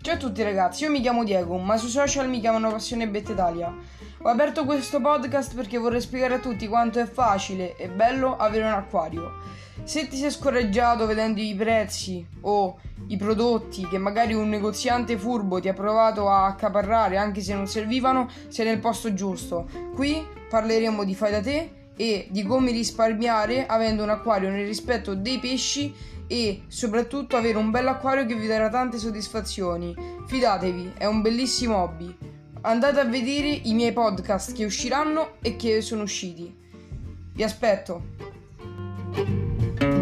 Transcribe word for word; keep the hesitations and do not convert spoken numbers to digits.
Ciao a tutti ragazzi, io mi chiamo Diego, ma sui social mi chiamano Passione Bet Italia. Ho aperto questo podcast perché vorrei spiegare a tutti quanto è facile e bello avere un acquario. Se ti sei scorreggiato vedendo i prezzi o i prodotti che magari un negoziante furbo ti ha provato a accaparrare anche se non servivano, sei nel posto giusto. Qui parleremo di fai da te e di come risparmiare avendo un acquario nel rispetto dei pesci e soprattutto avere un bel acquario che vi darà tante soddisfazioni. Fidatevi, è un bellissimo hobby. Andate a vedere i miei podcast che usciranno e che sono usciti. Vi aspetto.